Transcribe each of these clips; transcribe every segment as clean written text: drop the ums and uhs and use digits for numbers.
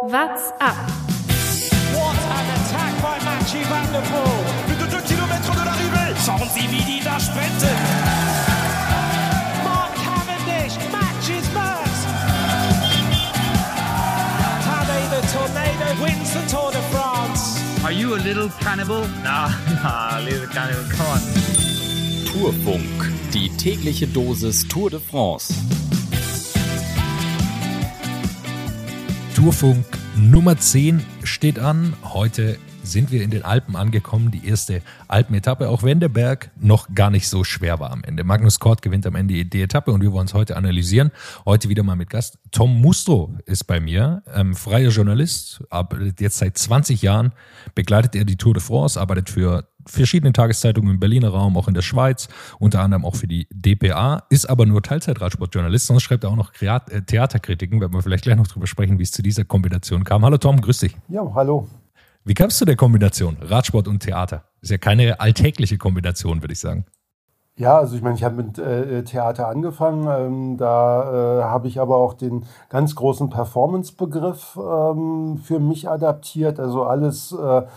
What's up? What an attack by Mathieu van der Poel. Plus de 2 km de l'arrivée. Schauen Sie, wie die da sprinten. Mark Cavendish matches Merckx. Tadej the Tornado wins the Tour de France. Are you a little cannibal? Nah, little cannibal, come on. Tourfunk, die tägliche Dosis Tour de France. Tourfunk Nummer 10 steht an. Heute sind wir in den Alpen angekommen, die erste Alpenetappe, auch wenn der Berg noch gar nicht so schwer war am Ende. Magnus Cort gewinnt am Ende die Etappe und wir wollen es heute analysieren. Heute wieder mal mit Gast. Tom Musto ist bei mir, freier Journalist, arbeitet jetzt seit 20 Jahren, begleitet er die Tour de France, arbeitet für verschiedene Tageszeitungen im Berliner Raum, auch in der Schweiz, unter anderem auch für die dpa, ist aber nur Teilzeit-Radsportjournalist, sonst schreibt er auch noch Theaterkritiken, werden wir vielleicht gleich noch drüber sprechen, wie es zu dieser Kombination kam. Hallo Tom, grüß dich. Ja, hallo. Wie kamst du der Kombination Radsport und Theater? Ist ja keine alltägliche Kombination, würde ich sagen. Ja, also ich meine, ich habe mit Theater angefangen, da habe ich aber auch den ganz großen Performance-Begriff für mich adaptiert, also alles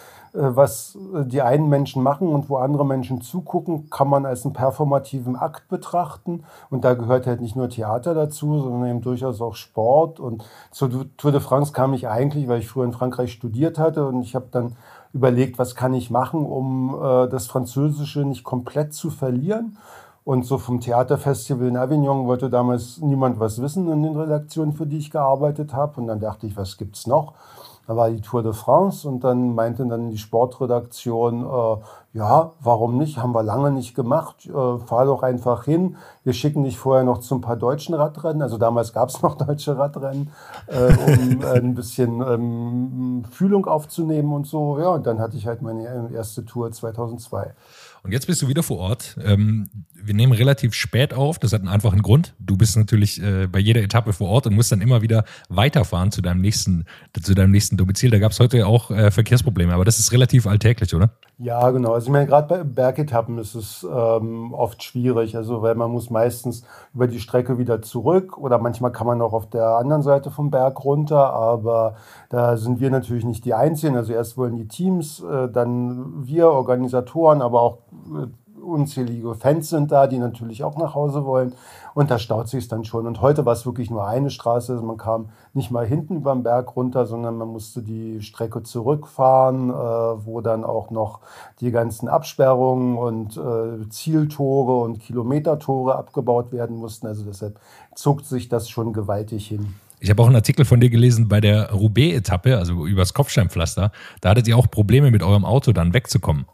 was die einen Menschen machen und wo andere Menschen zugucken, kann man als einen performativen Akt betrachten. Und da gehört halt nicht nur Theater dazu, sondern eben durchaus auch Sport. Und zur Tour de France kam ich eigentlich, weil ich früher in Frankreich studiert hatte. Und ich habe dann überlegt, was kann ich machen, um das Französische nicht komplett zu verlieren. Und so vom Theaterfestival in Avignon wollte damals niemand was wissen in den Redaktionen, für die ich gearbeitet habe. Und dann dachte ich, was gibt's noch? Da war die Tour de France und dann meinte dann die Sportredaktion, ja, warum nicht, haben wir lange nicht gemacht, fahr doch einfach hin, wir schicken dich vorher noch zu ein paar deutschen Radrennen, also damals gab es noch deutsche Radrennen, um ein bisschen Fühlung aufzunehmen und so, ja, und dann hatte ich halt meine erste Tour 2002. Und jetzt bist du wieder vor Ort. Wir nehmen relativ spät auf, das hat einen einfachen Grund. Du bist natürlich bei jeder Etappe vor Ort und musst dann immer wieder weiterfahren zu deinem nächsten Domizil. Da gab es heute auch Verkehrsprobleme, aber das ist relativ alltäglich, oder? Ja, genau. Also ich meine, gerade bei Bergetappen ist es oft schwierig, also weil man muss meistens über die Strecke wieder zurück oder manchmal kann man auch auf der anderen Seite vom Berg runter, aber da sind wir natürlich nicht die Einzigen. Also erst wollen die Teams, dann wir Organisatoren, aber auch unzählige Fans sind da, die natürlich auch nach Hause wollen und da staut sich es dann schon. Und heute war es wirklich nur eine Straße, also man kam nicht mal hinten über den Berg runter, sondern man musste die Strecke zurückfahren, wo dann auch noch die ganzen Absperrungen und Zieltore und Kilometertore abgebaut werden mussten. Also deshalb zog sich das schon gewaltig hin. Ich habe auch einen Artikel von dir gelesen bei der Roubaix-Etappe, also übers Kopfsteinpflaster. Da hattet ihr auch Probleme mit eurem Auto dann wegzukommen.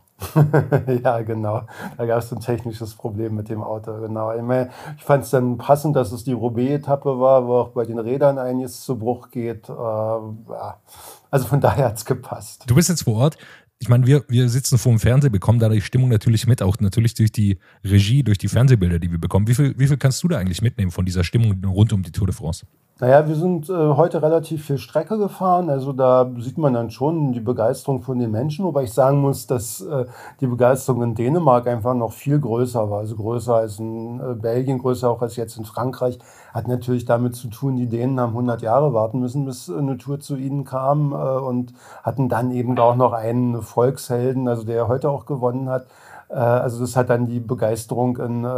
Ja, genau. Da gab es ein technisches Problem mit dem Auto, genau. Ich fand es dann passend, dass es die Roubaix-Etappe war, wo auch bei den Rädern einiges zu Bruch geht. Ja. Also von daher hat es gepasst. Du bist jetzt vor Ort. Ich meine, wir sitzen vor dem Fernseher, bekommen da die Stimmung natürlich mit, auch natürlich durch die Regie, durch die Fernsehbilder, die wir bekommen. Wie viel kannst du da eigentlich mitnehmen von dieser Stimmung rund um die Tour de France? Naja, wir sind heute relativ viel Strecke gefahren, also da sieht man dann schon die Begeisterung von den Menschen, wobei ich sagen muss, dass die Begeisterung in Dänemark einfach noch viel größer war, also größer als in Belgien, größer auch als jetzt in Frankreich. Hat natürlich damit zu tun, die Dänen haben 100 Jahre warten müssen, bis eine Tour zu ihnen kam und hatten dann eben auch noch einen Volkshelden, also der heute auch gewonnen hat. Also das hat dann die Begeisterung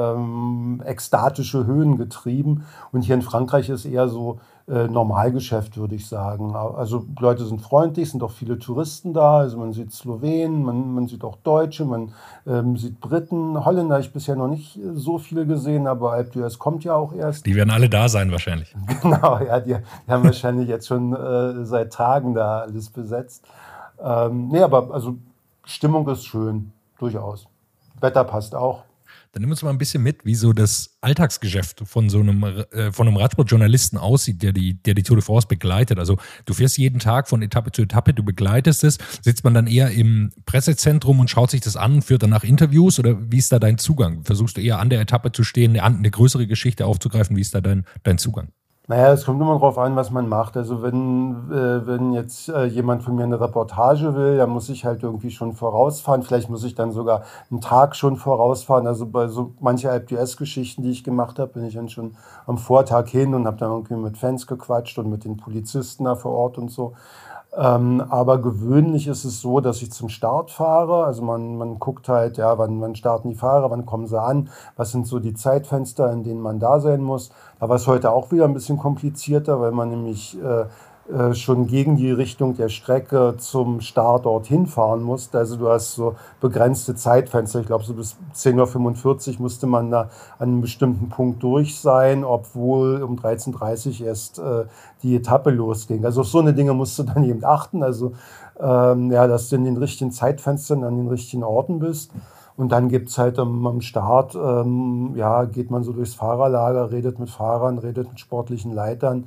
in ekstatische Höhen getrieben. Und hier in Frankreich ist eher so Normalgeschäft, würde ich sagen. Also Leute sind freundlich, sind auch viele Touristen da. Also man sieht Slowenen, man sieht auch Deutsche, man sieht Briten. Holländer habe ich bisher noch nicht so viele gesehen, aber Alpe d'Huez kommt ja auch erst. Die werden alle da sein wahrscheinlich. Genau, ja, die haben wahrscheinlich jetzt schon seit Tagen da alles besetzt. Nee, aber also Stimmung ist schön, durchaus. Wetter passt auch. Dann nimm uns mal ein bisschen mit, wie so das Alltagsgeschäft von einem Radsportjournalisten aussieht, der die Tour de France begleitet. Also du fährst jeden Tag von Etappe zu Etappe, du begleitest es. Sitzt man dann eher im Pressezentrum und schaut sich das an, führt danach Interviews oder wie ist da dein Zugang? Versuchst du eher an der Etappe zu stehen, eine größere Geschichte aufzugreifen? Wie ist da dein Zugang? Naja, es kommt immer drauf an, was man macht. Also wenn jetzt jemand von mir eine Reportage will, dann muss ich halt irgendwie schon vorausfahren. Vielleicht muss ich dann sogar einen Tag schon vorausfahren. Also bei so manche AlpDS-Geschichten, die ich gemacht habe, bin ich dann schon am Vortag hin und habe dann irgendwie mit Fans gequatscht und mit den Polizisten da vor Ort und so. Aber gewöhnlich ist es so, dass ich zum Start fahre. Also man guckt halt, ja, wann starten die Fahrer, wann kommen sie an, was sind so die Zeitfenster, in denen man da sein muss. Da war es heute auch wieder ein bisschen komplizierter, weil man nämlich schon gegen die Richtung der Strecke zum Startort hinfahren musste. Also du hast so begrenzte Zeitfenster. Ich glaube, so bis 10:45 Uhr musste man da an einem bestimmten Punkt durch sein, obwohl um 13:30 Uhr erst die Etappe losging. Also auf so eine Dinge musst du dann eben achten. Also ja, dass du in den richtigen Zeitfenstern an den richtigen Orten bist. Und dann gibt's halt am Start, ja, geht man so durchs Fahrerlager, redet mit Fahrern, redet mit sportlichen Leitern.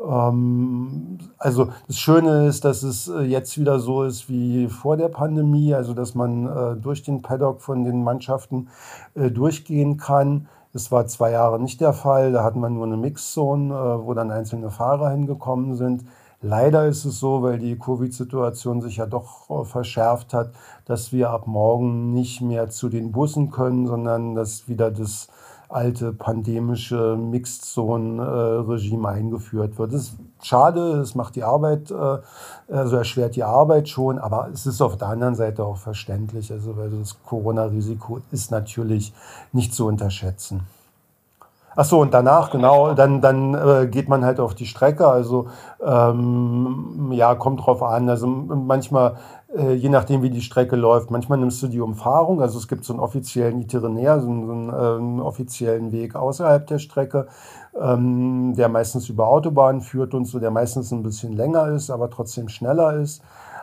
Also das Schöne ist, dass es jetzt wieder so ist wie vor der Pandemie, also dass man durch den Paddock von den Mannschaften durchgehen kann. Das war 2 Jahre nicht der Fall. Da hatten wir nur eine Mixzone, wo dann einzelne Fahrer hingekommen sind. Leider ist es so, weil die Covid-Situation sich ja doch verschärft hat, dass wir ab morgen nicht mehr zu den Bussen können, sondern dass wieder das alte pandemische Mixed-Zone-Regime eingeführt wird. Das ist schade, es macht die Arbeit, also erschwert die Arbeit schon, aber es ist auf der anderen Seite auch verständlich, also weil das Corona-Risiko ist natürlich nicht zu unterschätzen. Ach so, und danach, genau, dann geht man halt auf die Strecke, also ja, kommt drauf an, also manchmal, je nachdem wie die Strecke läuft, manchmal nimmst du die Umfahrung, also es gibt so einen offiziellen Itinerär, so einen offiziellen Weg außerhalb der Strecke, der meistens über Autobahnen führt und so, der meistens ein bisschen länger ist, aber trotzdem schneller ist.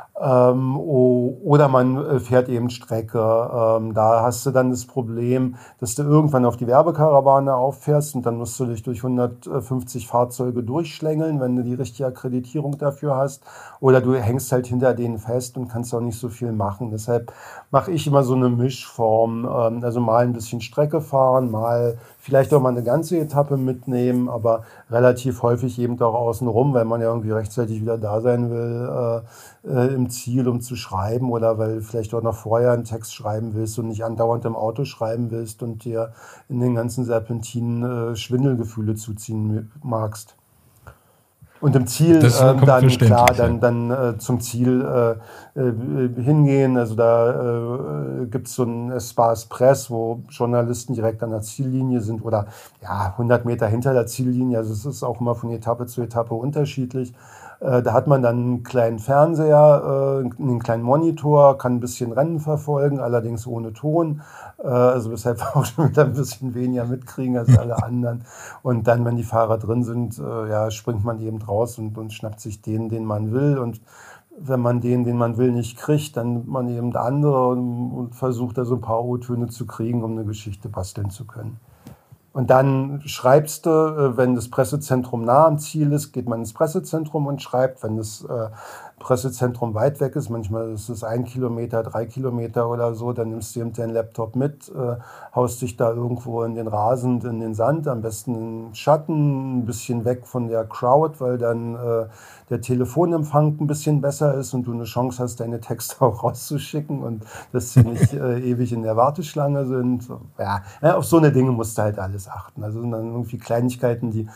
Oder man fährt eben Strecke. Da hast du dann das Problem, dass du irgendwann auf die Werbekarawane auffährst und dann musst du dich durch 150 Fahrzeuge durchschlängeln, wenn du die richtige Akkreditierung dafür hast. Oder du hängst halt hinter denen fest und kannst auch nicht so viel machen. Deshalb mache ich immer so eine Mischform. Also mal ein bisschen Strecke fahren, mal vielleicht auch mal eine ganze Etappe mitnehmen, aber relativ häufig eben auch außen rum, weil man ja irgendwie rechtzeitig wieder da sein will im Ziel, um zu schreiben oder weil vielleicht auch noch vorher einen Text schreiben willst und nicht andauernd im Auto schreiben willst und dir in den ganzen Serpentinen Schwindelgefühle zuziehen magst. Und im Ziel dann klar, dann zum Ziel hingehen. Also da gibt es so ein Espace Press, wo Journalisten direkt an der Ziellinie sind oder ja 100 Meter hinter der Ziellinie. Also es ist auch immer von Etappe zu Etappe unterschiedlich. Da hat man dann einen kleinen Fernseher, einen kleinen Monitor, kann ein bisschen Rennen verfolgen, allerdings ohne Ton. Also weshalb wir auch schon wieder ein bisschen weniger mitkriegen als alle anderen. Und dann, wenn die Fahrer drin sind, ja, springt man eben raus und schnappt sich den man will. Und wenn man den man will, nicht kriegt, dann nimmt man eben andere und versucht da so ein paar O-Töne zu kriegen, um eine Geschichte basteln zu können. Und dann schreibst du, wenn das Pressezentrum nah am Ziel ist, geht man ins Pressezentrum und schreibt. Wenn das Pressezentrum weit weg ist, manchmal ist es 1 Kilometer, 3 Kilometer oder so, dann nimmst du eben deinen Laptop mit, haust dich da irgendwo in den Rasen, in den Sand, am besten in Schatten, ein bisschen weg von der Crowd, weil dann der Telefonempfang ein bisschen besser ist und du eine Chance hast, deine Texte auch rauszuschicken und dass sie nicht ewig in der Warteschlange sind. Ja, auf so eine Dinge musst du halt alles achten. Also sind dann irgendwie Kleinigkeiten, die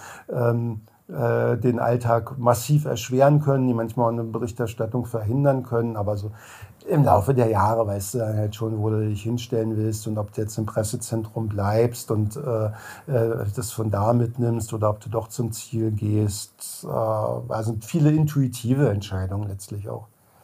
den Alltag massiv erschweren können, die manchmal auch eine Berichterstattung verhindern können, aber so im Laufe der Jahre weißt du dann halt schon, wo du dich hinstellen willst und ob du jetzt im Pressezentrum bleibst und das von da mitnimmst oder ob du doch zum Ziel gehst. Also viele intuitive Entscheidungen letztlich auch.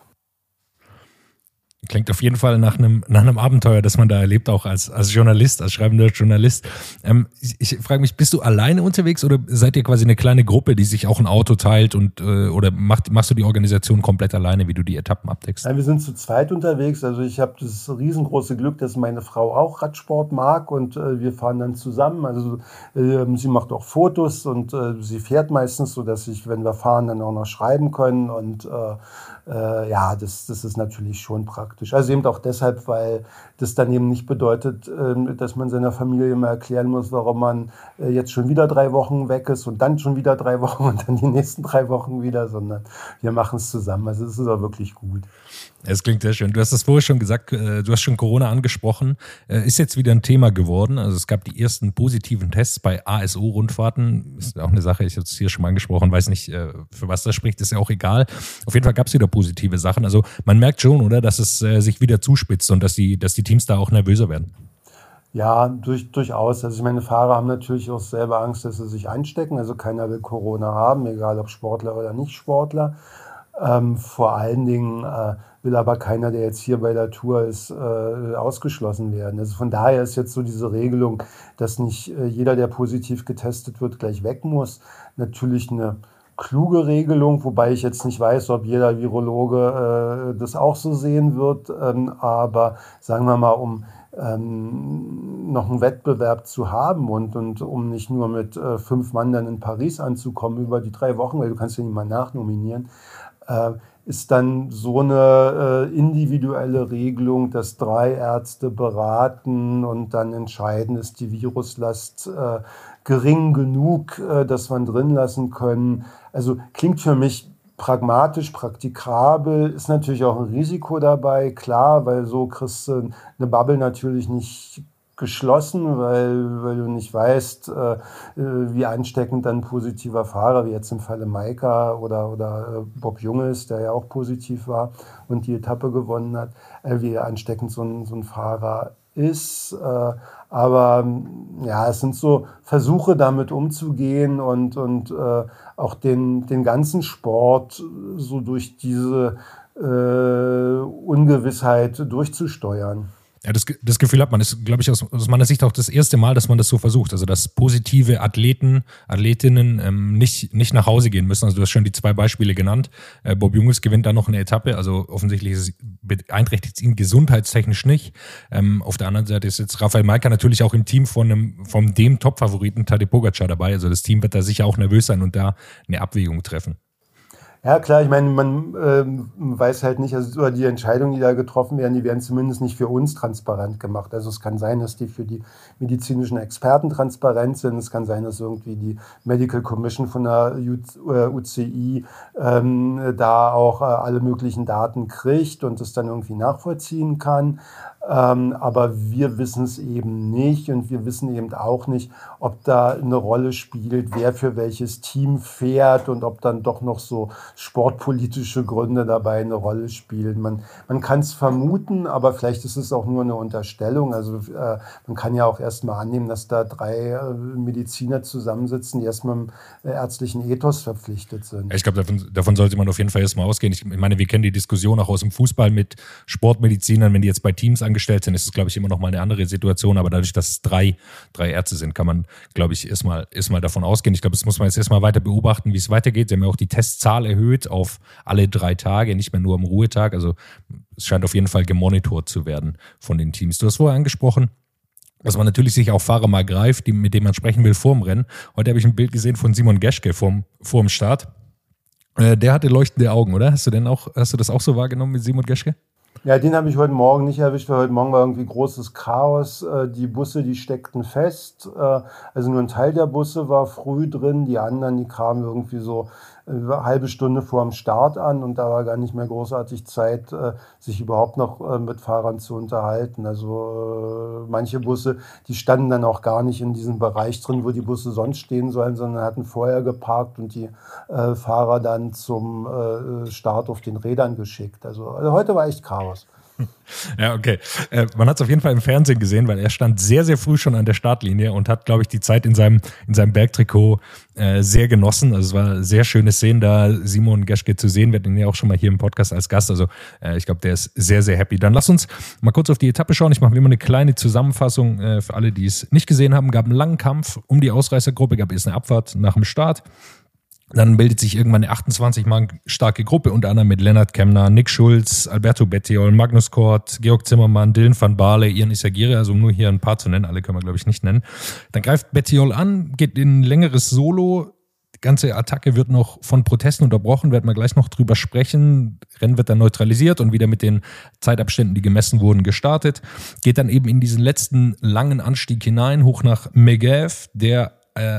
Klingt auf jeden Fall nach einem Abenteuer, das man da erlebt, auch als Journalist, als schreibender Journalist. Ich frage mich, bist du alleine unterwegs oder seid ihr quasi eine kleine Gruppe, die sich auch ein Auto teilt und oder machst du die Organisation komplett alleine, wie du die Etappen abdeckst? Ja, wir sind zu zweit unterwegs. Also ich habe das riesengroße Glück, dass meine Frau auch Radsport mag und wir fahren dann zusammen. Also sie macht auch Fotos und sie fährt meistens, so dass ich, wenn wir fahren, dann auch noch schreiben können und ja, das ist natürlich schon praktisch. praktisch. Also eben auch deshalb, weil das dann eben nicht bedeutet, dass man seiner Familie immer erklären muss, warum man jetzt schon wieder 3 Wochen weg ist und dann schon wieder 3 Wochen und dann die nächsten 3 Wochen wieder, sondern wir machen es zusammen. Also es ist auch wirklich gut. Es klingt sehr schön. Du hast es vorher schon gesagt, du hast schon Corona angesprochen. Ist jetzt wieder ein Thema geworden. Also es gab die ersten positiven Tests bei ASO-Rundfahrten. Ist auch eine Sache, ich habe es hier schon mal angesprochen, weiß nicht, für was das spricht, ist ja auch egal. Auf jeden Fall gab es wieder positive Sachen. Also man merkt schon, oder, dass es sich wieder zuspitzt und dass die Teams da auch nervöser werden. Ja, durchaus. Also ich meine, Fahrer haben natürlich auch selber Angst, dass sie sich anstecken. Also keiner will Corona haben, egal ob Sportler oder Nicht-Sportler. Vor allen Dingen will aber keiner, der jetzt hier bei der Tour ist, ausgeschlossen werden. Also von daher ist jetzt so diese Regelung, dass nicht jeder, der positiv getestet wird, gleich weg muss, natürlich eine kluge Regelung, wobei ich jetzt nicht weiß, ob jeder Virologe das auch so sehen wird. Aber sagen wir mal, um noch einen Wettbewerb zu haben und um nicht nur mit 5 Mann dann in Paris anzukommen über die 3 Wochen, weil du kannst ja nicht mal nachnominieren, ist dann so eine individuelle Regelung, dass 3 Ärzte beraten und dann entscheiden, ist die Viruslast gering genug, dass wir ihn drin lassen können. Also klingt für mich pragmatisch, praktikabel, ist natürlich auch ein Risiko dabei, klar, weil so kriegst du eine Bubble natürlich nicht geschlossen, weil du nicht weißt, wie ansteckend dann ein positiver Fahrer, wie jetzt im Falle Maika oder Bob Jungels, der ja auch positiv war und die Etappe gewonnen hat, wie ansteckend so ein Fahrer ist. Aber ja, es sind so Versuche, damit umzugehen und auch den ganzen Sport so durch diese Ungewissheit durchzusteuern. Ja, das Gefühl hat man, ist, glaube ich, aus meiner Sicht auch das erste Mal, dass man das so versucht. Also, dass positive Athletinnen nicht nach Hause gehen müssen. Also, du hast schon die 2 Beispiele genannt. Bob Jungels gewinnt da noch eine Etappe. Also, offensichtlich beeinträchtigt es ihn gesundheitstechnisch nicht. Auf der anderen Seite ist jetzt Rafael Majka natürlich auch im Team von dem Top-Favoriten Tadej Pogačar dabei. Also, das Team wird da sicher auch nervös sein und da eine Abwägung treffen. Ja, klar, ich meine, man weiß halt nicht, also die Entscheidungen, die da getroffen werden, die werden zumindest nicht für uns transparent gemacht. Also es kann sein, dass die für die medizinischen Experten transparent sind. Es kann sein, dass irgendwie die Medical Commission von der UCI da auch alle möglichen Daten kriegt und es dann irgendwie nachvollziehen kann. Aber wir wissen es eben nicht und wir wissen eben auch nicht, ob da eine Rolle spielt, wer für welches Team fährt und ob dann doch noch so sportpolitische Gründe dabei eine Rolle spielen. Man kann es vermuten, aber vielleicht ist es auch nur eine Unterstellung. Also man kann ja auch erstmal annehmen, dass da 3 Mediziner zusammensitzen, die erstmal im ärztlichen Ethos verpflichtet sind. Ich glaube, davon sollte man auf jeden Fall erstmal ausgehen. Ich meine, wir kennen die Diskussion auch aus dem Fußball mit Sportmedizinern, wenn die jetzt bei Teams angestellt sind, ist es, glaube ich, immer noch mal eine andere Situation, aber dadurch, dass es 3 Ärzte sind, kann man, glaube ich, erstmal davon ausgehen. Ich glaube, das muss man jetzt erstmal weiter beobachten, wie es weitergeht. Sie haben ja auch die Testzahl erhöht auf alle 3 Tage, nicht mehr nur am Ruhetag. Also es scheint auf jeden Fall gemonitort zu werden von den Teams. Du hast vorher angesprochen, dass man natürlich sich auch Fahrer mal greift, mit denen man sprechen will vor dem Rennen. Heute habe ich ein Bild gesehen von Simon Geschke vor dem Start. Der hatte leuchtende Augen, oder? Hast du das auch so wahrgenommen mit Simon Geschke? Ja, den habe ich heute Morgen nicht erwischt, weil heute Morgen war irgendwie großes Chaos. Die Busse, die steckten fest. Also nur ein Teil der Busse war früh drin, die anderen, die kamen irgendwie so eine halbe Stunde vor dem Start an und da war gar nicht mehr großartig Zeit, sich überhaupt noch mit Fahrern zu unterhalten. Also manche Busse, die standen dann auch gar nicht in diesem Bereich drin, wo die Busse sonst stehen sollen, sondern hatten vorher geparkt und die Fahrer dann zum Start auf den Rädern geschickt. Also heute war echt Chaos. Ja, okay. Man hat es auf jeden Fall im Fernsehen gesehen, weil er stand sehr, sehr früh schon an der Startlinie und hat, glaube ich, die Zeit in seinem Bergtrikot sehr genossen. Also es war eine sehr schöne Szene, da Simon Geschke zu sehen. Wir hatten ihn ja auch schon mal hier im Podcast als Gast. Also ich glaube, der ist sehr, sehr happy. Dann lass uns mal kurz auf die Etappe schauen. Ich mache wie immer eine kleine Zusammenfassung für alle, die es nicht gesehen haben. Gab einen langen Kampf um die Ausreißergruppe, gab erst eine Abfahrt nach dem Start. Dann bildet sich irgendwann eine 28 Mann starke Gruppe, unter anderem mit Lennart Kemner, Nick Schulz, Alberto Bettiol, Magnus Kort, Georg Zimmermann, Dylan van Baarle, Ian Izagirre, also um nur hier ein paar zu nennen, alle können wir, glaube ich, nicht nennen. Dann greift Bettiol an, geht in ein längeres Solo, ganze Attacke wird noch von Protesten unterbrochen, werden wir gleich noch drüber sprechen. Rennen wird dann neutralisiert und wieder mit den Zeitabständen, die gemessen wurden, gestartet. Geht dann eben in diesen letzten langen Anstieg hinein, hoch nach Megève, der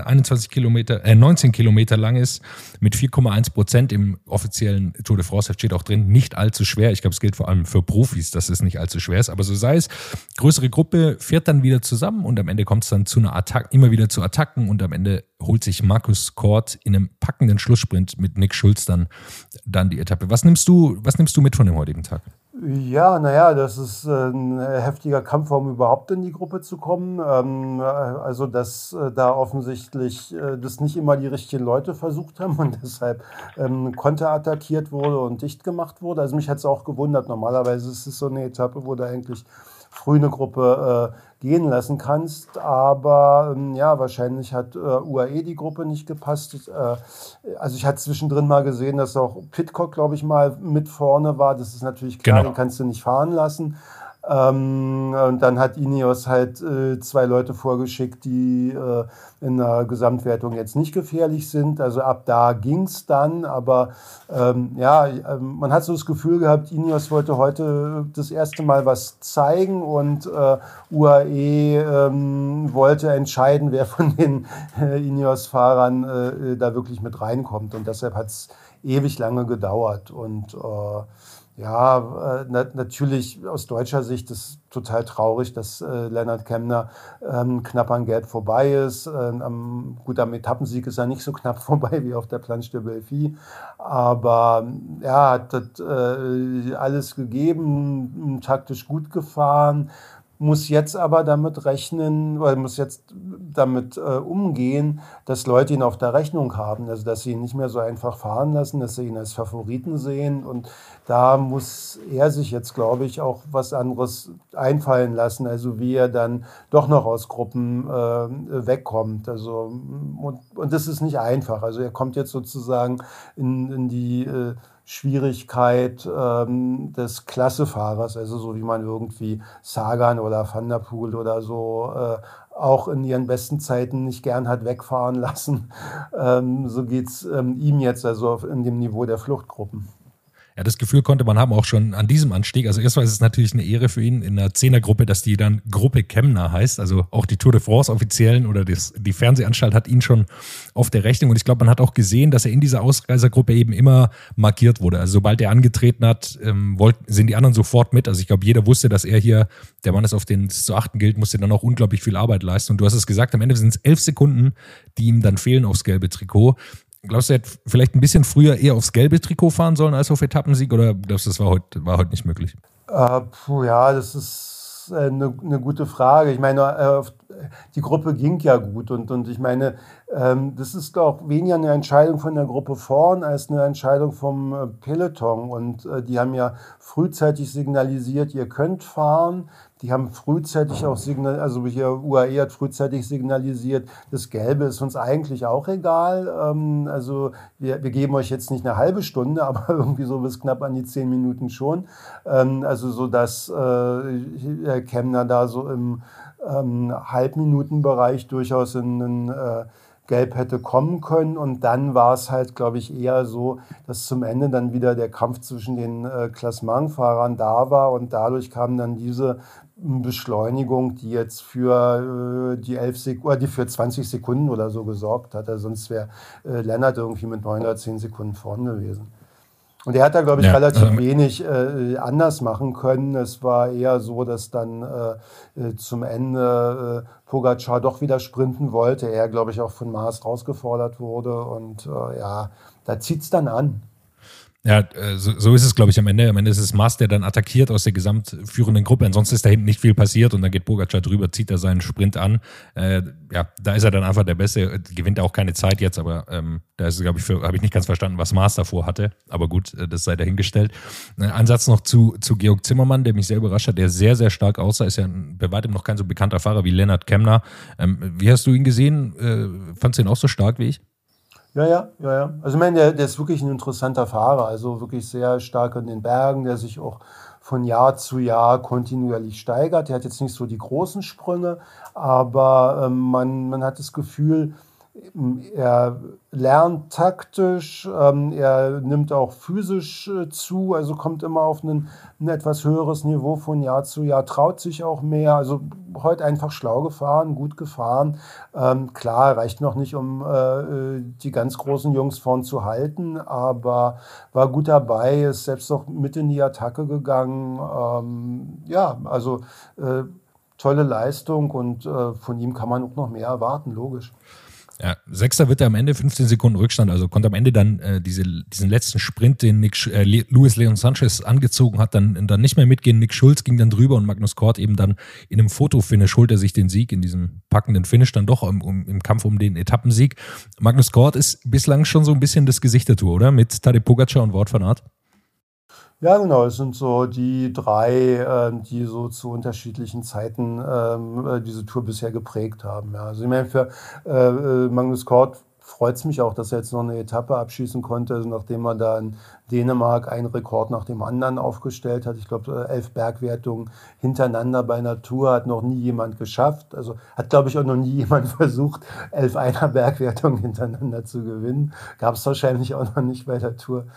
19 Kilometer lang ist, mit 4,1% im offiziellen Tour de France steht auch drin, nicht allzu schwer. Ich glaube, es gilt vor allem für Profis, dass es nicht allzu schwer ist, aber so sei es. Größere Gruppe fährt dann wieder zusammen und am Ende kommt es dann zu einer Attacke, immer wieder zu Attacken und am Ende holt sich Marcus Kort in einem packenden Schlusssprint mit Nick Schulz dann die Etappe. Was nimmst du mit von dem heutigen Tag? Ja, naja, das ist ein heftiger Kampf, um überhaupt in die Gruppe zu kommen. Also, dass da offensichtlich das nicht immer die richtigen Leute versucht haben und deshalb konterattackiert wurde und dicht gemacht wurde. Also mich hat es auch gewundert. Normalerweise ist es so eine Etappe, wo du eigentlich früh eine Gruppe gehen lassen kannst, aber ja, wahrscheinlich hat UAE die Gruppe nicht gepasst. Also ich hatte zwischendrin mal gesehen, dass auch Pidcock, glaube ich, mal mit vorne war. Das ist natürlich klar, Den kannst du nicht fahren lassen. Und dann hat Ineos halt 2 Leute vorgeschickt, die in der Gesamtwertung jetzt nicht gefährlich sind. Also ab da ging's dann, aber man hat so das Gefühl gehabt, Ineos wollte heute das erste Mal was zeigen und UAE wollte entscheiden, wer von den Ineos-Fahrern da wirklich mit reinkommt. Und deshalb hat's ewig lange gedauert und natürlich aus deutscher Sicht ist total traurig, dass Lennart Kämna knapp an Gelb vorbei ist. Am Etappensieg ist er nicht so knapp vorbei wie auf der Planche de Belfi. Aber er hat alles gegeben, taktisch gut gefahren. Muss jetzt aber damit rechnen, oder muss jetzt damit umgehen, dass Leute ihn auf der Rechnung haben, also dass sie ihn nicht mehr so einfach fahren lassen, dass sie ihn als Favoriten sehen und da muss er sich jetzt, glaube ich, auch was anderes einfallen lassen, also wie er dann doch noch aus Gruppen wegkommt, also und das ist nicht einfach, also er kommt jetzt sozusagen in die Schwierigkeit des Klassefahrers, also so wie man irgendwie Sagan oder Van der Poel oder so auch in ihren besten Zeiten nicht gern hat wegfahren lassen. So geht's ihm jetzt also in dem Niveau der Fluchtgruppen. Ja, das Gefühl konnte man haben auch schon an diesem Anstieg. Also erstmal ist es natürlich eine Ehre für ihn in einer Zehnergruppe, dass die dann Gruppe Kämna heißt. Also auch die Tour de France Offiziellen oder die Fernsehanstalt hat ihn schon auf der Rechnung. Und ich glaube, man hat auch gesehen, dass er in dieser Ausreisergruppe eben immer markiert wurde. Also sobald er angetreten hat, sind die anderen sofort mit. Also ich glaube, jeder wusste, dass er hier, der Mann ist, auf den es zu achten gilt, musste dann auch unglaublich viel Arbeit leisten. Und du hast es gesagt, am Ende sind es 11 Sekunden, die ihm dann fehlen aufs gelbe Trikot. Glaubst du, er hätte vielleicht ein bisschen früher eher aufs gelbe Trikot fahren sollen als auf Etappensieg oder glaubst du, das war heute nicht möglich? Das ist eine gute Frage. Ich meine, die Gruppe ging ja gut und ich meine, das ist doch weniger eine Entscheidung von der Gruppe vorn als eine Entscheidung vom Peloton und die haben ja frühzeitig signalisiert, ihr könnt fahren. Die haben frühzeitig auch UAE hat frühzeitig signalisiert, das Gelbe ist uns eigentlich auch egal. Also wir geben euch jetzt nicht eine halbe Stunde, aber irgendwie so bis knapp an die 10 Minuten schon. Also so, dass Kämna da so im Halbminutenbereich durchaus in einen Gelb hätte kommen können und dann war es halt, glaube ich, eher so, dass zum Ende dann wieder der Kampf zwischen den Klassementfahrern da war und dadurch kam dann diese Beschleunigung, die jetzt für die 20 Sekunden oder so gesorgt hat. Also sonst wäre Lennart irgendwie mit 9 oder 10 Sekunden vorne gewesen. Und er hat da, glaube ich, relativ wenig anders machen können. Es war eher so, dass dann zum Ende Pogačar doch wieder sprinten wollte. Er, glaube ich, auch von Maas rausgefordert wurde. Und da zieht es dann an. Ja, so ist es, glaube ich, am Ende. Am Ende ist es Maas, der dann attackiert aus der gesamtführenden Gruppe. Ansonsten ist da hinten nicht viel passiert und dann geht Pogačar drüber, zieht er seinen Sprint an. Da ist er dann einfach der Beste. Gewinnt auch keine Zeit jetzt, aber da ist es, glaube ich, habe ich nicht ganz verstanden, was Maas davor hatte. Aber gut, das sei dahingestellt. Ein Satz noch zu Georg Zimmermann, der mich sehr überrascht hat, der sehr, sehr stark aussah. Ist ja bei weitem noch kein so bekannter Fahrer wie Lennart Kämna. Wie hast du ihn gesehen? Fandst du ihn auch so stark wie ich? Ja. Also ich meine, der ist wirklich ein interessanter Fahrer, also wirklich sehr stark in den Bergen, der sich auch von Jahr zu Jahr kontinuierlich steigert. Der hat jetzt nicht so die großen Sprünge, aber man hat das Gefühl, er lernt taktisch, er nimmt auch physisch zu, also kommt immer auf ein etwas höheres Niveau von Jahr zu Jahr, traut sich auch mehr. Also heute einfach schlau gefahren, gut gefahren. Klar, reicht noch nicht, um die ganz großen Jungs vorn zu halten, aber war gut dabei, ist selbst noch mit in die Attacke gegangen. Also tolle Leistung und von ihm kann man auch noch mehr erwarten, logisch. Ja, Sechster wird er am Ende, 15 Sekunden Rückstand, also konnte am Ende dann diesen letzten Sprint, den Luis Leon Sanchez angezogen hat, dann nicht mehr mitgehen. Nick Schulz ging dann drüber und Magnus Cort eben dann in einem Fotofinish holt er sich den Sieg, in diesem packenden Finish dann doch im Kampf um den Etappensieg. Magnus Cort ist bislang schon so ein bisschen das Gesicht der Tour, oder? Mit Tadej Pogačar und Wout van Aert. Ja, genau, es sind so die drei, die so zu unterschiedlichen Zeiten diese Tour bisher geprägt haben. Ja. Also ich meine, für Magnus Cort freut es mich auch, dass er jetzt noch eine Etappe abschießen konnte, also nachdem er da in Dänemark einen Rekord nach dem anderen aufgestellt hat. Ich glaube, 11 Bergwertungen hintereinander bei einer Tour hat noch nie jemand geschafft. Also hat, glaube ich, auch noch nie jemand versucht, 11 Einer-Bergwertungen hintereinander zu gewinnen. Gab es wahrscheinlich auch noch nicht bei der Tour.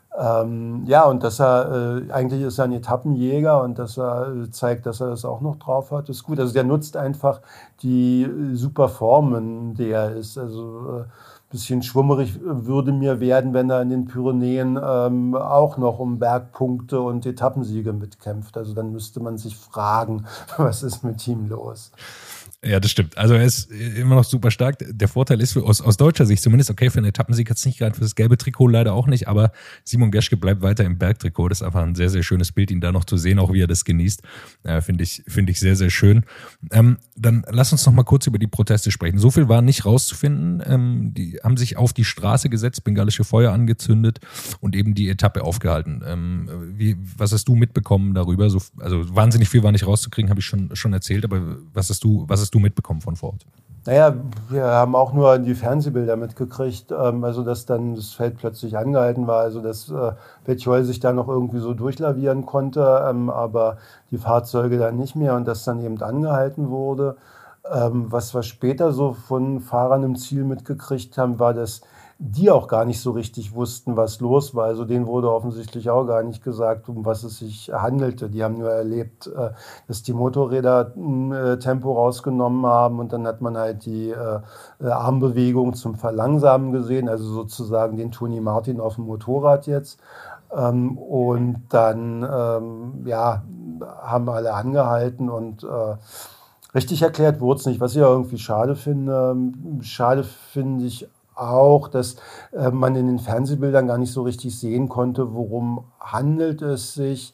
Und dass er, eigentlich ist er ein Etappenjäger und dass er zeigt, dass er das auch noch drauf hat, ist gut. Also der nutzt einfach die super Formen, die er ist. Also bisschen schwummerig würde mir werden, wenn er in den Pyrenäen auch noch um Bergpunkte und Etappensiege mitkämpft. Also dann müsste man sich fragen, was ist mit ihm los? Ja, das stimmt. Also er ist immer noch super stark. Der Vorteil ist aus deutscher Sicht zumindest, okay, für einen Etappensieg hat es nicht gerade für das gelbe Trikot leider auch nicht, aber Simon Geschke bleibt weiter im Bergtrikot. Das ist einfach ein sehr, sehr schönes Bild, ihn da noch zu sehen, auch wie er das genießt. Finde ich sehr, sehr schön. Dann lass uns noch mal kurz über die Proteste sprechen. So viel war nicht rauszufinden. Die haben sich auf die Straße gesetzt, bengalische Feuer angezündet und eben die Etappe aufgehalten. Was hast du mitbekommen darüber? Also wahnsinnig viel war nicht rauszukriegen, habe ich schon erzählt, aber was hast du mitbekommen von vor Ort? Naja, wir haben auch nur die Fernsehbilder mitgekriegt, also dass dann das Feld plötzlich angehalten war, also dass Bettiol sich da noch irgendwie so durchlavieren konnte, aber die Fahrzeuge dann nicht mehr und das dann eben angehalten wurde. Was wir später so von Fahrern im Ziel mitgekriegt haben, war, dass die auch gar nicht so richtig wussten, was los war. Also denen wurde offensichtlich auch gar nicht gesagt, um was es sich handelte. Die haben nur erlebt, dass die Motorräder Tempo rausgenommen haben und dann hat man halt die Armbewegung zum Verlangsamen gesehen, also sozusagen den Tony Martin auf dem Motorrad jetzt. Und dann haben alle angehalten und richtig erklärt wurde es nicht, was ich auch irgendwie schade finde. Schade finde ich auch, dass man in den Fernsehbildern gar nicht so richtig sehen konnte, worum handelt es sich.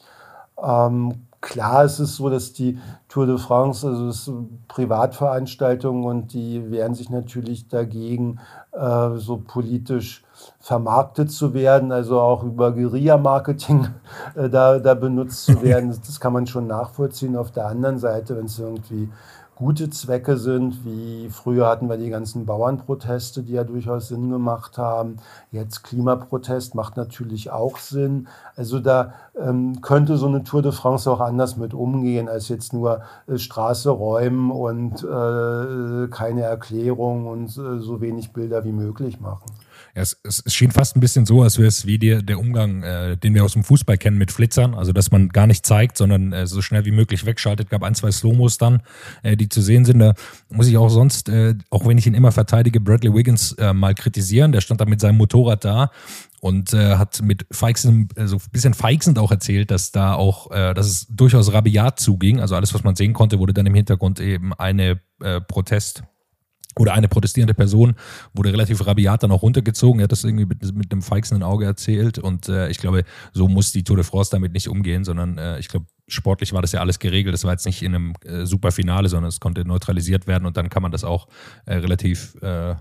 Klar ist es so, dass die Tour de France, also es ist eine Privatveranstaltung und die wehren sich natürlich dagegen, so politisch vermarktet zu werden, also auch über Guerilla-Marketing da benutzt zu werden. Das kann man schon nachvollziehen. Auf der anderen Seite, wenn es irgendwie gute Zwecke sind, wie früher hatten wir die ganzen Bauernproteste, die ja durchaus Sinn gemacht haben. Jetzt Klimaprotest macht natürlich auch Sinn. Also da könnte so eine Tour de France auch anders mit umgehen, als jetzt nur Straße räumen und keine Erklärung und so wenig Bilder wie möglich machen. Ja, es schien fast ein bisschen so, als wäre es wie der Umgang, den wir aus dem Fußball kennen mit Flitzern, also dass man gar nicht zeigt, sondern so schnell wie möglich wegschaltet. Gab 1, 2 Slow-Mos dann, die zu sehen sind. Da muss ich auch sonst, auch wenn ich ihn immer verteidige, Bradley Wiggins mal kritisieren. Der stand da mit seinem Motorrad da und hat mit feixend, so ein bisschen feixend auch erzählt, dass da auch, dass es durchaus rabiat zuging. Also alles, was man sehen konnte, wurde dann im Hintergrund eben eine protestierende Person wurde relativ rabiat dann auch runtergezogen. Er hat das irgendwie mit einem feixenden Auge erzählt und ich glaube, so muss die Tour de France damit nicht umgehen, sondern ich glaube, sportlich war das ja alles geregelt. Das war jetzt nicht in einem super Finale, sondern es konnte neutralisiert werden und dann kann man das auch relativ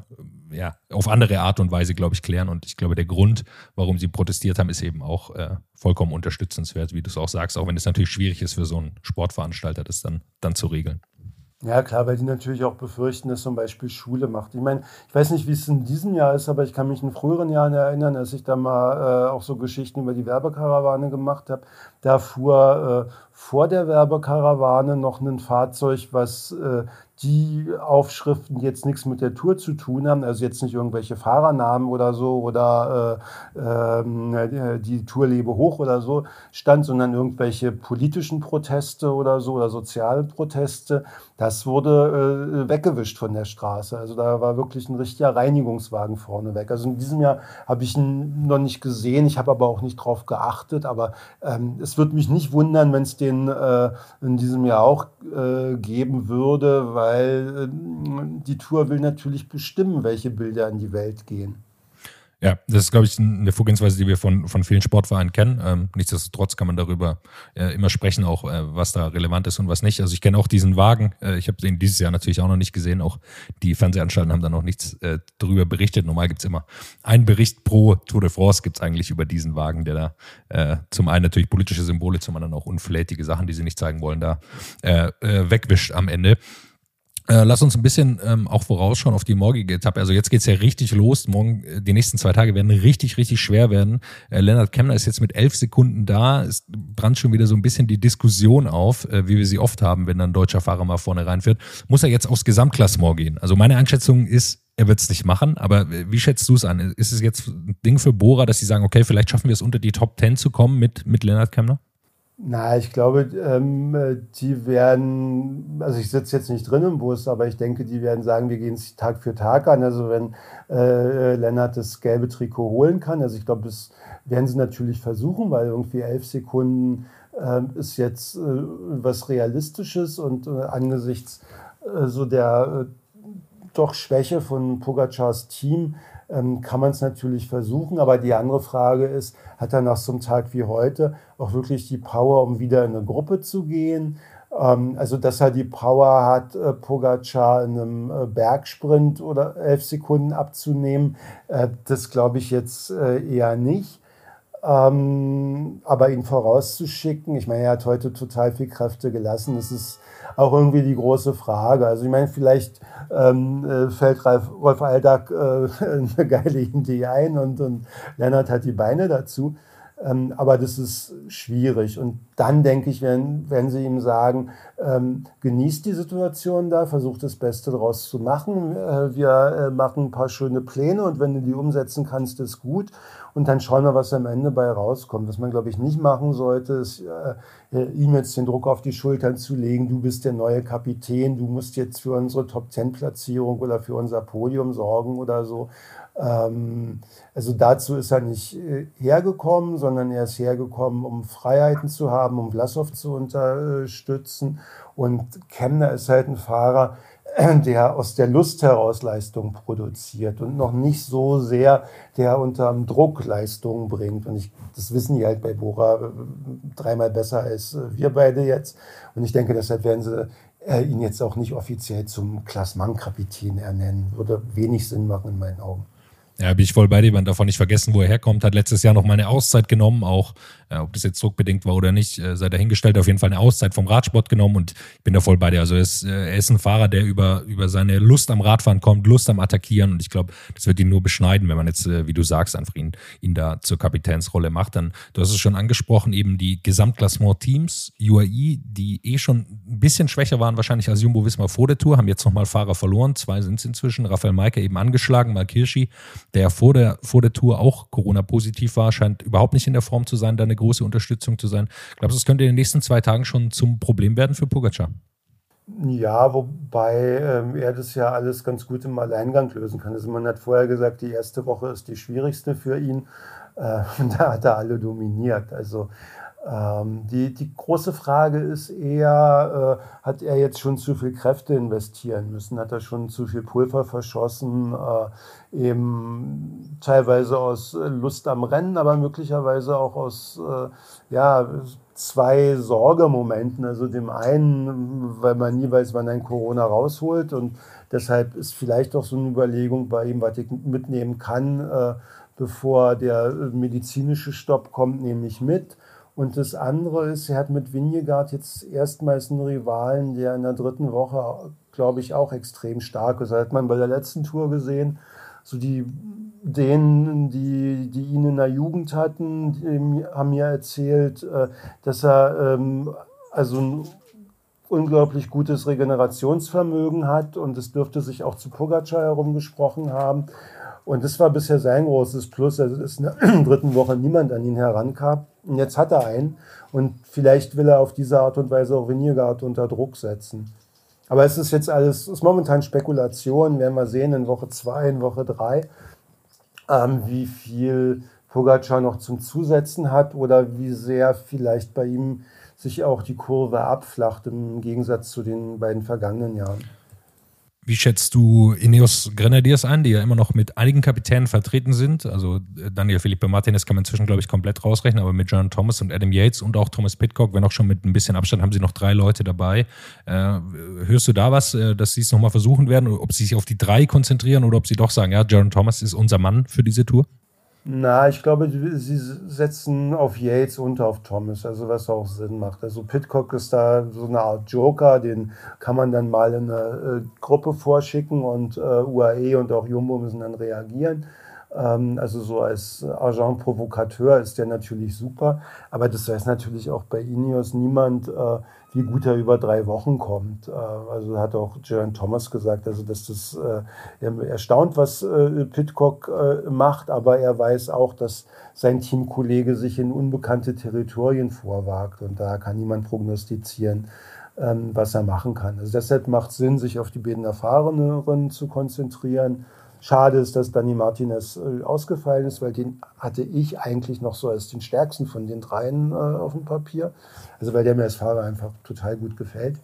auf andere Art und Weise, glaube ich, klären. Und ich glaube, der Grund, warum sie protestiert haben, ist eben auch vollkommen unterstützenswert, wie du es auch sagst, auch wenn es natürlich schwierig ist für so einen Sportveranstalter, das dann zu regeln. Ja, klar, weil die natürlich auch befürchten, dass zum Beispiel Schule macht. Ich meine, ich weiß nicht, wie es in diesem Jahr ist, aber ich kann mich in früheren Jahren erinnern, als ich da mal auch so Geschichten über die Werbekarawane gemacht habe. Da fuhr vor der Werbekarawane noch ein Fahrzeug, was die Aufschriften jetzt nichts mit der Tour zu tun haben, also jetzt nicht irgendwelche Fahrernamen oder so oder die Tour lebe hoch oder so stand, sondern irgendwelche politischen Proteste oder so oder soziale Proteste, das wurde weggewischt von der Straße. Also da war wirklich ein richtiger Reinigungswagen vorne weg. Also in diesem Jahr habe ich ihn noch nicht gesehen, ich habe aber auch nicht drauf geachtet, aber es würde mich nicht wundern, wenn es den in diesem Jahr auch geben würde, weil die Tour will natürlich bestimmen, welche Bilder in die Welt gehen. Ja, das ist, glaube ich, eine Vorgehensweise, die wir von vielen Sportvereinen kennen. Nichtsdestotrotz kann man darüber immer sprechen, auch was da relevant ist und was nicht. Also ich kenne auch diesen Wagen. Ich habe den dieses Jahr natürlich auch noch nicht gesehen. Auch die Fernsehanstalten haben da noch nichts darüber berichtet. Normal gibt's immer einen Bericht pro Tour de France gibt's eigentlich über diesen Wagen, der da zum einen natürlich politische Symbole, zum anderen auch unflätige Sachen, die sie nicht zeigen wollen, da wegwischt am Ende. Lass uns ein bisschen auch vorausschauen auf die morgige Etappe. Also jetzt geht's ja richtig los. Morgen, die nächsten 2 Tage werden richtig, richtig schwer werden. Lennart Kämna ist jetzt mit 11 Sekunden da. Es brannt schon wieder so ein bisschen die Diskussion auf, wie wir sie oft haben, wenn dann ein deutscher Fahrer mal vorne reinfährt. Muss er jetzt aufs Gesamtklassement gehen? Also meine Einschätzung ist, er wird's nicht machen. Aber wie schätzt du es an? Ist es jetzt ein Ding für Bora, dass sie sagen, okay, vielleicht schaffen wir es unter die Top 10 zu kommen mit Lennart Kämna? Na, ich glaube, die werden, also ich sitze jetzt nicht drin im Bus, aber ich denke, die werden sagen, wir gehen es Tag für Tag an. Also wenn Lennart das gelbe Trikot holen kann, also ich glaube, das werden sie natürlich versuchen, weil irgendwie 11 Sekunden ist jetzt was Realistisches und angesichts so der doch Schwäche von Pogacars Team kann man es natürlich versuchen, aber die andere Frage ist, hat er nach so einem Tag wie heute auch wirklich die Power, um wieder in eine Gruppe zu gehen? Also, dass er die Power hat, Pogacar in einem Bergsprint oder 11 Sekunden abzunehmen, das glaube ich jetzt eher nicht. Aber ihn vorauszuschicken, ich meine, er hat heute total viel Kräfte gelassen, das ist auch irgendwie die große Frage. Also ich meine, vielleicht fällt Rolf Aldag eine geile Idee ein und Lennart hat die Beine dazu. Aber das ist schwierig. Und dann denke ich, wenn sie ihm sagen, genießt die Situation da, versucht das Beste daraus zu machen. Wir machen ein paar schöne Pläne und wenn du die umsetzen kannst, ist gut. Und dann schauen wir, was am Ende bei rauskommt. Was man, glaube ich, nicht machen sollte, ist ihm jetzt den Druck auf die Schultern zu legen. Du bist der neue Kapitän, du musst jetzt für unsere Top-10-Platzierung oder für unser Podium sorgen oder so. Also dazu ist er nicht hergekommen, sondern er ist hergekommen, um Freiheiten zu haben, um Vlasov zu unterstützen. Und Kämna ist halt ein Fahrer, der aus der Lust heraus Leistung produziert und noch nicht so sehr, der unterm Druck Leistungen bringt. Und das wissen die halt bei Bora 3-mal besser als wir beide jetzt. Und ich denke, deshalb werden sie ihn jetzt auch nicht offiziell zum Klassement-Kapitän ernennen. Würde wenig Sinn machen in meinen Augen. Ja, bin ich voll bei dir. Man darf auch nicht vergessen, wo er herkommt. Hat letztes Jahr noch mal eine Auszeit genommen, auch ob das jetzt druckbedingt war oder nicht, sei dahingestellt. Auf jeden Fall eine Auszeit vom Radsport genommen und ich bin da voll bei dir. Also er ist ein Fahrer, der über seine Lust am Radfahren kommt, Lust am Attackieren und ich glaube, das wird ihn nur beschneiden, wenn man jetzt, wie du sagst, einfach ihn da zur Kapitänsrolle macht. Dann, du hast es schon angesprochen, eben die Gesamtklassement-Teams, UAE, die schon ein bisschen schwächer waren wahrscheinlich als Jumbo-Visma vor der Tour, haben jetzt nochmal Fahrer verloren. 2 sind es inzwischen. Rafael Meike eben angeschlagen, Marc Hirschi, der vor der Tour auch Corona-positiv war, scheint überhaupt nicht in der Form zu sein, da eine große Unterstützung zu sein. Glaubst du, das könnte in den nächsten 2 Tagen schon zum Problem werden für Pogacar? Ja, wobei er das ja alles ganz gut im Alleingang lösen kann. Also man hat vorher gesagt, die erste Woche ist die schwierigste für ihn. Und da hat er alle dominiert. Also die große Frage ist eher, hat er jetzt schon zu viel Kräfte investieren müssen? Hat er schon zu viel Pulver verschossen? Eben teilweise aus Lust am Rennen, aber möglicherweise auch aus 2 Sorgemomenten. Also dem einen, weil man nie weiß, wann ein Corona rausholt und deshalb ist vielleicht auch so eine Überlegung bei ihm, was ich mitnehmen kann, bevor der medizinische Stopp kommt, nehme ich mit. Und das andere ist, er hat mit Vingegaard jetzt erstmals einen Rivalen, der in der 3. Woche, glaube ich, auch extrem stark ist. Das hat man bei der letzten Tour gesehen. So die ihn in der Jugend hatten, die haben mir erzählt, dass er also ein unglaublich gutes Regenerationsvermögen hat und es dürfte sich auch zu Pogačar herumgesprochen haben. Und das war bisher sein großes Plus, also dass in der dritten Woche niemand an ihn herankam. Und jetzt hat er einen und vielleicht will er auf diese Art und Weise auch Vingegaard unter Druck setzen. Aber es ist jetzt alles, ist momentan Spekulation, werden wir sehen in Woche 2, in Woche 3, wie viel Pogačar noch zum Zusetzen hat oder wie sehr vielleicht bei ihm sich auch die Kurve abflacht im Gegensatz zu den beiden vergangenen Jahren. Wie schätzt du Ineos Grenadiers ein, die ja immer noch mit einigen Kapitänen vertreten sind? Also Daniel Felipe Martinez kann man inzwischen, glaube ich, komplett rausrechnen, aber mit Geraint Thomas und Adam Yates und auch Thomas Pidcock, wenn auch schon mit ein bisschen Abstand, haben sie noch 3 Leute dabei. Hörst du da was, dass sie es nochmal versuchen werden, ob sie sich auf die 3 konzentrieren oder ob sie doch sagen, ja, Geraint Thomas ist unser Mann für diese Tour? Na, ich glaube, sie setzen auf Yates und auf Thomas, also was auch Sinn macht. Also Pidcock ist da so eine Art Joker, den kann man dann mal in eine Gruppe vorschicken und UAE und auch Jumbo müssen dann reagieren. Also so als Agent Provocateur ist der natürlich super, aber das weiß natürlich auch bei Ineos niemand, wie gut er über 3 Wochen kommt. Also hat auch Geraint Thomas gesagt, also dass das er erstaunt, was Pidcock macht, aber er weiß auch, dass sein Teamkollege sich in unbekannte Territorien vorwagt und da kann niemand prognostizieren, was er machen kann. Also deshalb macht es Sinn, sich auf die beiden Erfahreneren zu konzentrieren. Schade ist, dass Dani Martinez ausgefallen ist, weil den hatte ich eigentlich noch so als den stärksten von den 3 auf dem Papier. Also weil der mir als Fahrer einfach total gut gefällt.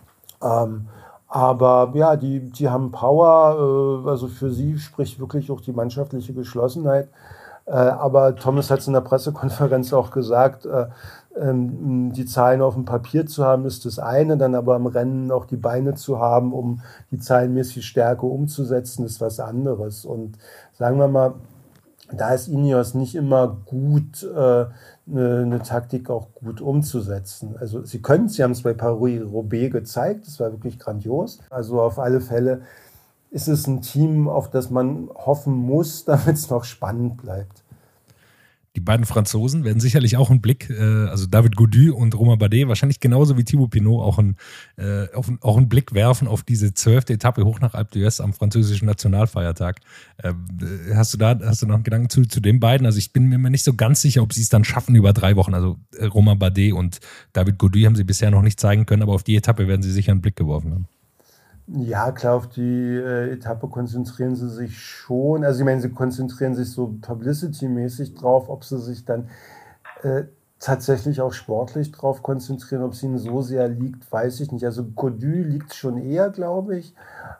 Aber ja, die haben Power, also für sie spricht wirklich auch die mannschaftliche Geschlossenheit. Aber Thomas hat es in der Pressekonferenz auch gesagt, die Zahlen auf dem Papier zu haben, ist das eine, dann aber im Rennen auch die Beine zu haben, um die zahlenmäßige Stärke umzusetzen, ist was anderes. Und sagen wir mal, da ist Ineos nicht immer gut, eine Taktik auch gut umzusetzen. Also sie können es, sie haben es bei Paris-Roubaix gezeigt, das war wirklich grandios. Also auf alle Fälle ist es ein Team, auf das man hoffen muss, damit es noch spannend bleibt. Die beiden Franzosen werden sicherlich auch einen Blick, also David Gaudu und Romain Bardet, wahrscheinlich genauso wie Thibaut Pinot auch einen Blick werfen auf diese 12. Etappe hoch nach Alpe d'Huez am französischen Nationalfeiertag. Hast du noch einen Gedanken zu den beiden? Also ich bin mir nicht so ganz sicher, ob sie es dann schaffen über 3 Wochen. Also Romain Bardet und David Gaudu haben sie bisher noch nicht zeigen können, aber auf die Etappe werden sie sicher einen Blick geworfen haben. Ja, klar, auf die Etappe konzentrieren sie sich schon. Also ich meine, sie konzentrieren sich so publicity-mäßig drauf, ob sie sich dann tatsächlich auch sportlich drauf konzentrieren, ob es ihnen so sehr liegt, weiß ich nicht. Also Gaudu liegt schon eher, glaube ich.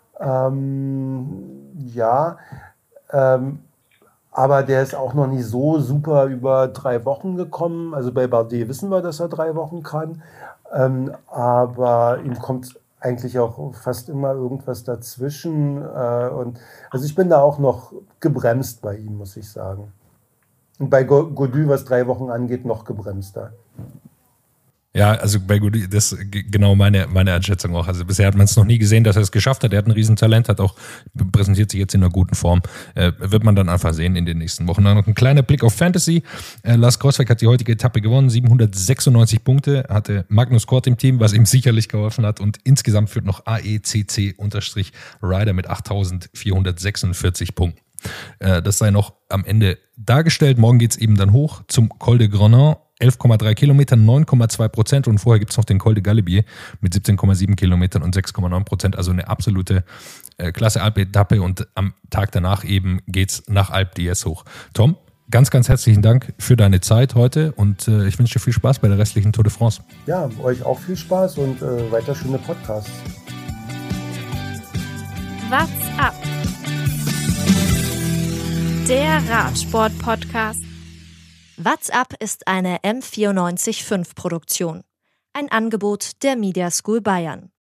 Aber der ist auch noch nicht so super über 3 Wochen gekommen. Also bei Bardet wissen wir, dass er 3 Wochen kann. Aber ihm kommt eigentlich auch fast immer irgendwas dazwischen. Und also ich bin da auch noch gebremst bei ihm, muss ich sagen. Und bei Gaudu, was 3 Wochen angeht, noch gebremster. Ja, also bei Gaudu, das ist genau meine Einschätzung auch. Also bisher hat man es noch nie gesehen, dass er es geschafft hat. Er hat ein Riesentalent, präsentiert sich jetzt in einer guten Form. Wird man dann einfach sehen in den nächsten Wochen. Dann noch ein kleiner Blick auf Fantasy. Lars Kreuzweg hat die heutige Etappe gewonnen. 796 Punkte hatte Magnus Kort im Team, was ihm sicherlich geholfen hat. Und insgesamt führt noch AECC-Rider mit 8.446 Punkten. Das sei noch am Ende dargestellt. Morgen geht es eben dann hoch zum Col de Grenan. 11,3 Kilometer, 9,2%, und vorher gibt es noch den Col de Galibier mit 17,7 Kilometern und 6,9%, also eine absolute klasse Alpe-Etappe, und am Tag danach eben geht's nach Alpe d'Huez hoch. Tom, ganz, ganz herzlichen Dank für deine Zeit heute und ich wünsche dir viel Spaß bei der restlichen Tour de France. Ja, euch auch viel Spaß und weiter schöne Podcasts. What's up? Der Radsport-Podcast. What's up ist eine M94.5-Produktion. Ein Angebot der Media School Bayern.